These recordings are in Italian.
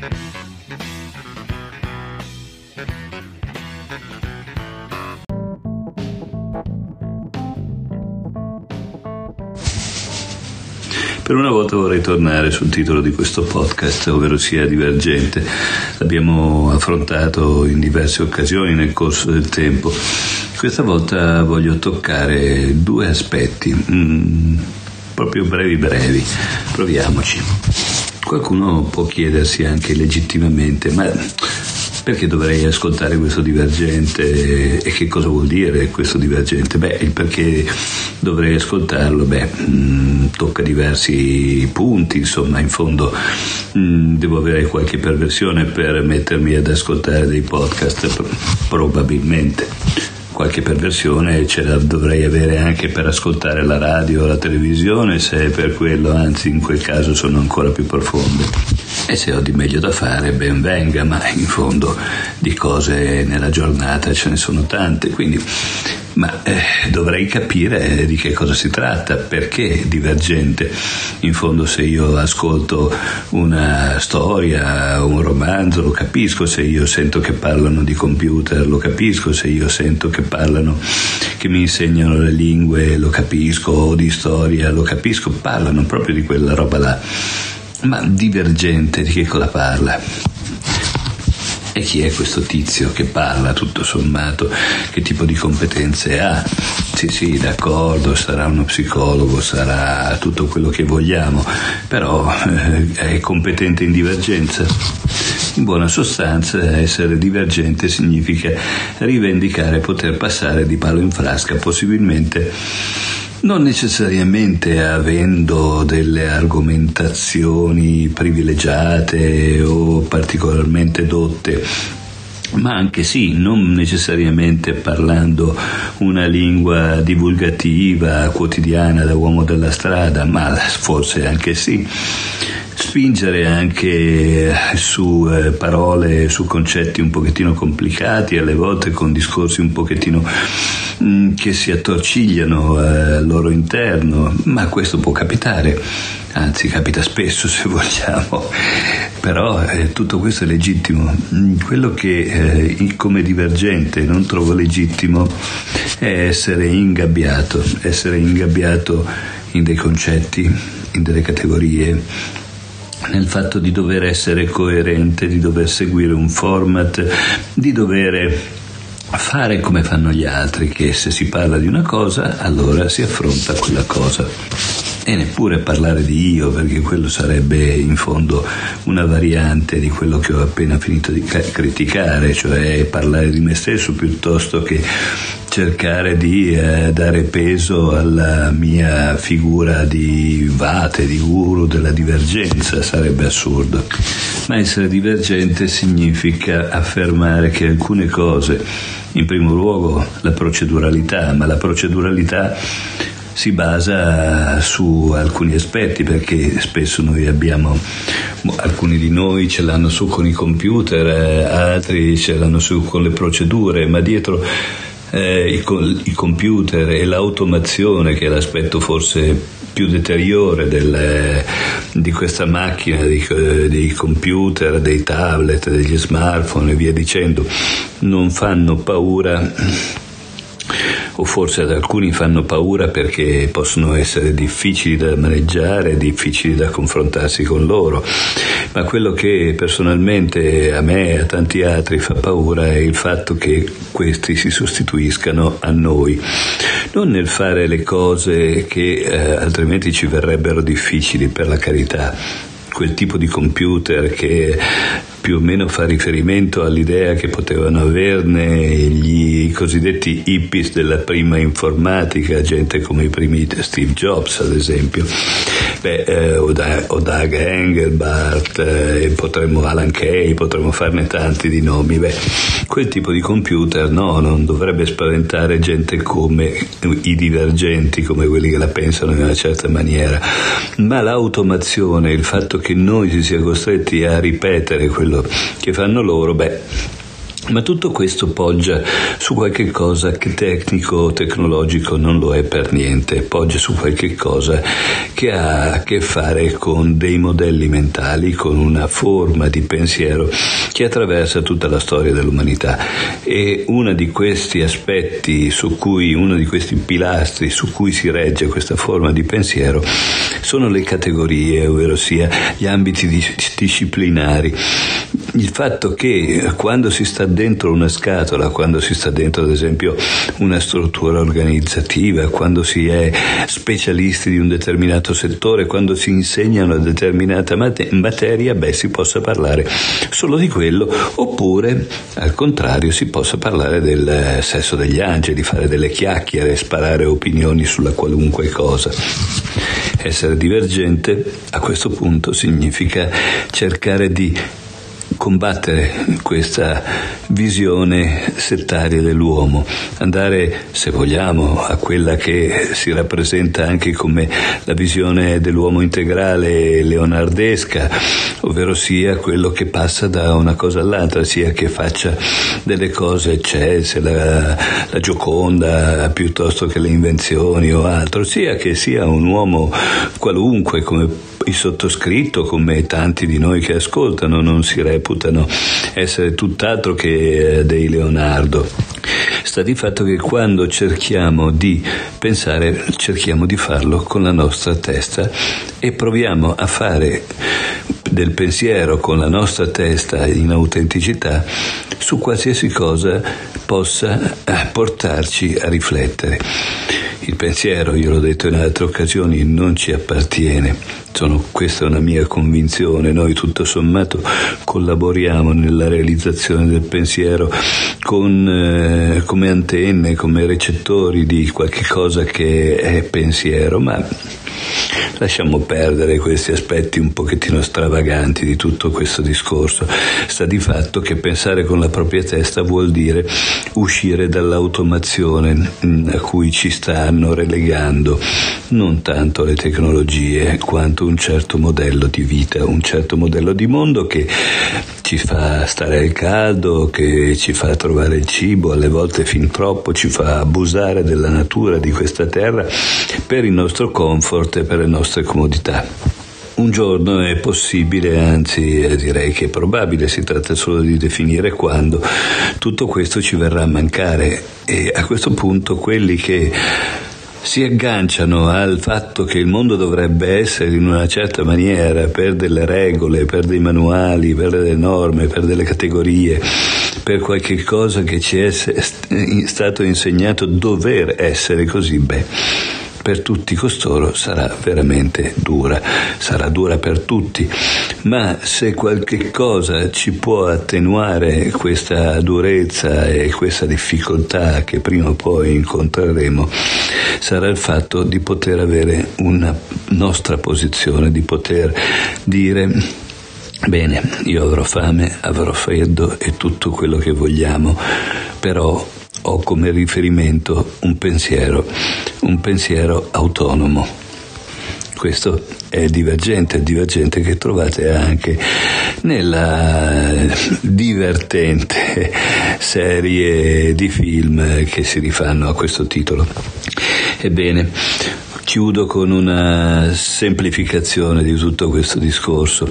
Per una volta vorrei tornare sul titolo di questo podcast, ovvero sia Divergente. L'abbiamo affrontato in diverse occasioni nel corso del tempo. Questa volta voglio toccare due aspetti, proprio brevi. Proviamoci. Qualcuno può chiedersi anche legittimamente, ma perché dovrei ascoltare questo Divergente e che cosa vuol dire questo Divergente? Il perché dovrei ascoltarlo, tocca diversi punti, insomma, in fondo devo avere qualche perversione per mettermi ad ascoltare dei podcast, probabilmente. Qualche perversione ce la dovrei avere anche per ascoltare la radio o la televisione, se è per quello, anzi in quel caso sono ancora più profonde. E se ho di meglio da fare, ben venga, ma in fondo di cose nella giornata ce ne sono tante, quindi dovrei capire di che cosa si tratta, perché Divergente. In fondo, se io ascolto una storia, un romanzo, lo capisco; se io sento che parlano di computer, lo capisco; se io sento che parlano, che mi insegnano le lingue, lo capisco; o di storia, lo capisco, parlano proprio di quella roba là. Ma Divergente di che cosa parla? E chi è questo tizio che parla, tutto sommato? Che tipo di competenze ha? Sì, d'accordo, sarà uno psicologo, sarà tutto quello che vogliamo, però è competente in divergenza? In buona sostanza, essere divergente significa rivendicare poter passare di palo in frasca, possibilmente non necessariamente avendo delle argomentazioni privilegiate o particolarmente dotte, ma anche sì, non necessariamente parlando una lingua divulgativa quotidiana da uomo della strada, ma forse anche sì. Spingere anche su parole, su concetti un pochettino complicati, alle volte con discorsi un pochettino che si attorcigliano al loro interno, ma questo può capitare, anzi capita spesso se vogliamo, però tutto questo è legittimo. Quello che come Divergente non trovo legittimo è essere ingabbiato in dei concetti, in delle categorie, nel fatto di dover essere coerente, di dover seguire un format, di dover fare come fanno gli altri, che se si parla di una cosa allora si affronta quella cosa, e neppure parlare di io, perché quello sarebbe in fondo una variante di quello che ho appena finito di criticare, cioè parlare di me stesso piuttosto che cercare di dare peso alla mia figura di vate, di guru della divergenza. Sarebbe assurdo. Ma essere divergente significa affermare che alcune cose, in primo luogo la proceduralità, ma la proceduralità si basa su alcuni aspetti, perché spesso noi abbiamo, alcuni di noi ce l'hanno su con i computer, altri ce l'hanno su con le procedure, ma dietro i computer e l'automazione, che è l'aspetto forse più deteriore di questa macchina, dei computer, dei tablet, degli smartphone e via dicendo, non fanno paura, o forse ad alcuni fanno paura perché possono essere difficili da maneggiare, difficili da confrontarsi con loro. Ma quello che personalmente a me e a tanti altri fa paura è il fatto che questi si sostituiscano a noi, non nel fare le cose che altrimenti ci verrebbero difficili, per la carità. Quel tipo di computer che più o meno fa riferimento all'idea che potevano averne gli cosiddetti hippies della prima informatica, gente come i primi Steve Jobs ad esempio, o Doug Engelbart, Alan Kay, potremmo farne tanti di nomi. Quel tipo di computer non dovrebbe spaventare gente come i divergenti, come quelli che la pensano in una certa maniera, ma l'automazione, il fatto che noi si sia costretti a ripetere quello che fanno loro, Ma tutto questo poggia su qualche cosa che tecnico o tecnologico non lo è per niente, poggia su qualche cosa che ha a che fare con dei modelli mentali, con una forma di pensiero che attraversa tutta la storia dell'umanità. E uno di questi aspetti uno di questi pilastri su cui si regge questa forma di pensiero sono le categorie, ovvero sia gli ambiti disciplinari. Il fatto che quando si sta dentro una scatola, quando si sta dentro ad esempio una struttura organizzativa, quando si è specialisti di un determinato settore, quando si insegna una determinata materia, si possa parlare solo di quello, oppure al contrario si possa parlare del sesso degli angeli, fare delle chiacchiere, sparare opinioni sulla qualunque cosa. Essere divergente a questo punto significa cercare di combattere questa visione settaria dell'uomo, andare, se vogliamo, a quella che si rappresenta anche come la visione dell'uomo integrale leonardesca, ovvero sia quello che passa da una cosa all'altra, sia che faccia delle cose eccelse, la Gioconda piuttosto che le invenzioni o altro, sia che sia un uomo qualunque come il sottoscritto, come tanti di noi che ascoltano, non si reputano essere tutt'altro che dei Leonardo. Sta di fatto che quando cerchiamo di pensare, cerchiamo di farlo con la nostra testa e proviamo a fare del pensiero con la nostra testa in autenticità su qualsiasi cosa possa portarci a riflettere. Il pensiero, io l'ho detto in altre occasioni, non ci appartiene. Questa è una mia convinzione. Noi tutto sommato collaboriamo nella realizzazione del pensiero come antenne, come recettori di qualche cosa che è pensiero, ma lasciamo perdere questi aspetti un pochettino stravaganti di tutto questo discorso. Sta di fatto che pensare con la propria testa vuol dire uscire dall'automazione a cui ci stanno relegando non tanto le tecnologie quanto un certo modello di vita, un certo modello di mondo che ci fa stare al caldo, che ci fa trovare il cibo, alle volte fin troppo, ci fa abusare della natura di questa terra per il nostro comfort e per le nostre comodità. Un giorno è possibile, anzi direi che è probabile, si tratta solo di definire quando, tutto questo ci verrà a mancare, e a questo punto quelli che si agganciano al fatto che il mondo dovrebbe essere in una certa maniera per delle regole, per dei manuali, per delle norme, per delle categorie, per qualche cosa che ci è stato insegnato dover essere così, per tutti costoro sarà veramente dura, sarà dura per tutti, ma se qualche cosa ci può attenuare questa durezza e questa difficoltà che prima o poi incontreremo, sarà il fatto di poter avere una nostra posizione, di poter dire: bene, io avrò fame, avrò freddo e tutto quello che vogliamo, però ho come riferimento un pensiero autonomo. Questo è Divergente che trovate anche nella divertente serie di film che si rifanno a questo titolo. Ebbene, chiudo con una semplificazione di tutto questo discorso.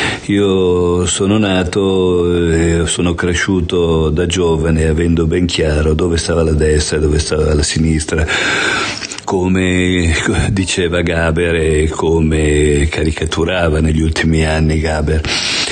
Io sono nato e sono cresciuto da giovane avendo ben chiaro dove stava la destra e dove stava la sinistra, come diceva Gaber e come caricaturava negli ultimi anni Gaber.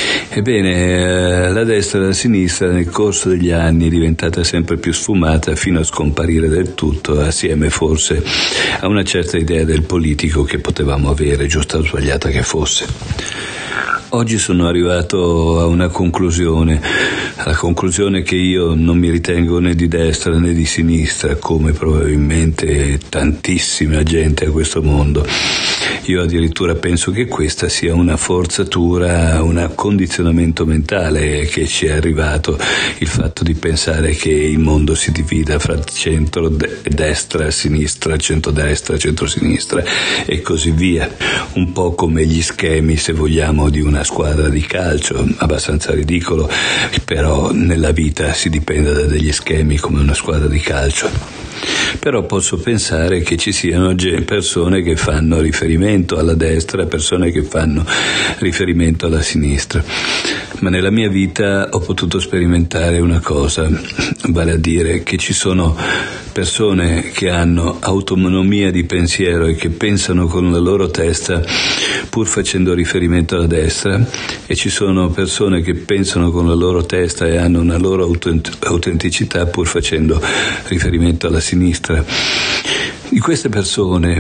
Ebbene, la destra e la sinistra nel corso degli anni è diventata sempre più sfumata fino a scomparire del tutto, assieme forse a una certa idea del politico che potevamo avere, giusta o sbagliata che fosse. Oggi sono arrivato a una conclusione, alla conclusione che io non mi ritengo né di destra né di sinistra, come probabilmente tantissima gente a questo mondo. Io addirittura penso che questa sia una forzatura, un condizionamento mentale che ci è arrivato, il fatto di pensare che il mondo si divida fra centro-destra, sinistra, centrodestra, centrosinistra e così via. Un po' come gli schemi, se vogliamo, di una squadra di calcio, abbastanza ridicolo, però nella vita si dipende da degli schemi come una squadra di calcio. Però posso pensare che ci siano persone che fanno riferimento alla destra, persone che fanno riferimento alla sinistra. Ma nella mia vita ho potuto sperimentare una cosa, vale a dire che ci sono persone che hanno autonomia di pensiero e che pensano con la loro testa pur facendo riferimento alla destra, e ci sono persone che pensano con la loro testa e hanno una loro autenticità pur facendo riferimento alla sinistra. Di queste persone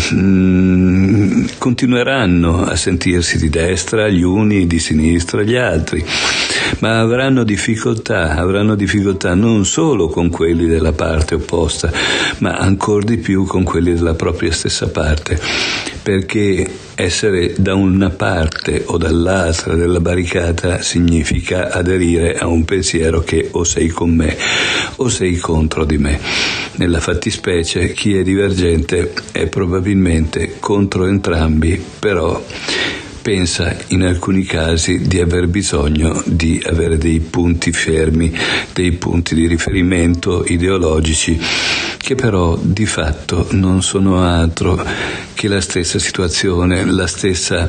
continueranno a sentirsi di destra gli uni, di sinistra gli altri, ma avranno difficoltà non solo con quelli della parte opposta, ma ancor di più con quelli della propria stessa parte, perché essere da una parte o dall'altra della barricata significa aderire a un pensiero che o sei con me o sei contro di me. Nella fattispecie chi è divergente è probabilmente contro entrambi, però pensa in alcuni casi di aver bisogno di avere dei punti fermi, dei punti di riferimento ideologici, che però di fatto non sono altro che la stessa situazione, la stessa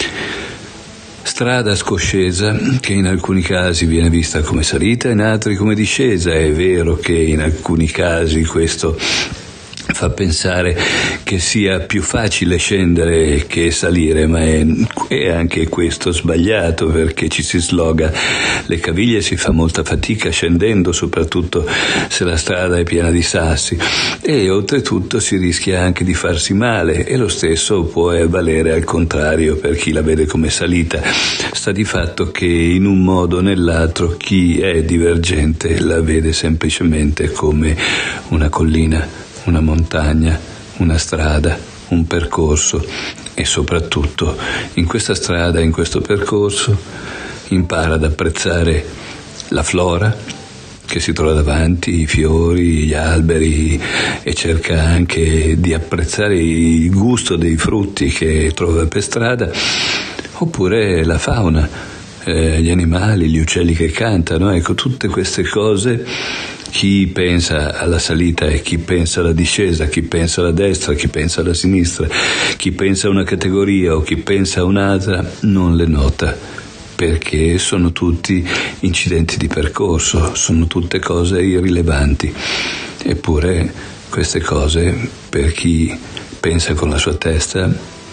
strada scoscesa che in alcuni casi viene vista come salita, in altri come discesa. È vero che in alcuni casi questo fa pensare che sia più facile scendere che salire, ma è anche questo sbagliato, perché ci si sloga le caviglie, si fa molta fatica scendendo, soprattutto se la strada è piena di sassi, e oltretutto si rischia anche di farsi male, e lo stesso può valere al contrario per chi la vede come salita. Sta di fatto che in un modo o nell'altro chi è divergente la vede semplicemente come una collina, una montagna, una strada, un percorso, e soprattutto in questa strada, in questo percorso, impara ad apprezzare la flora che si trova davanti, i fiori, gli alberi, e cerca anche di apprezzare il gusto dei frutti che trova per strada, oppure la fauna, gli animali, gli uccelli che cantano. Ecco, tutte queste cose. Chi pensa alla salita e chi pensa alla discesa, chi pensa alla destra, chi pensa alla sinistra, chi pensa a una categoria o chi pensa a un'altra, non le nota, perché sono tutti incidenti di percorso, sono tutte cose irrilevanti. Eppure queste cose, per chi pensa con la sua testa,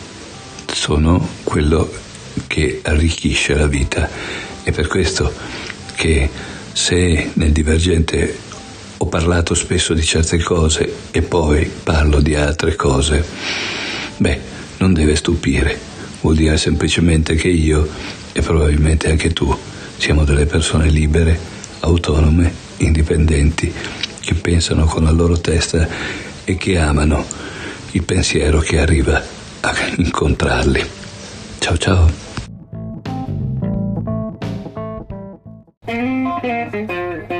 sono quello che arricchisce la vita. È per questo che se nel divergente ho parlato spesso di certe cose e poi parlo di altre cose, non deve stupire. Vuol dire semplicemente che io, e probabilmente anche tu, siamo delle persone libere, autonome, indipendenti, che pensano con la loro testa e che amano il pensiero che arriva a incontrarli. Ciao ciao.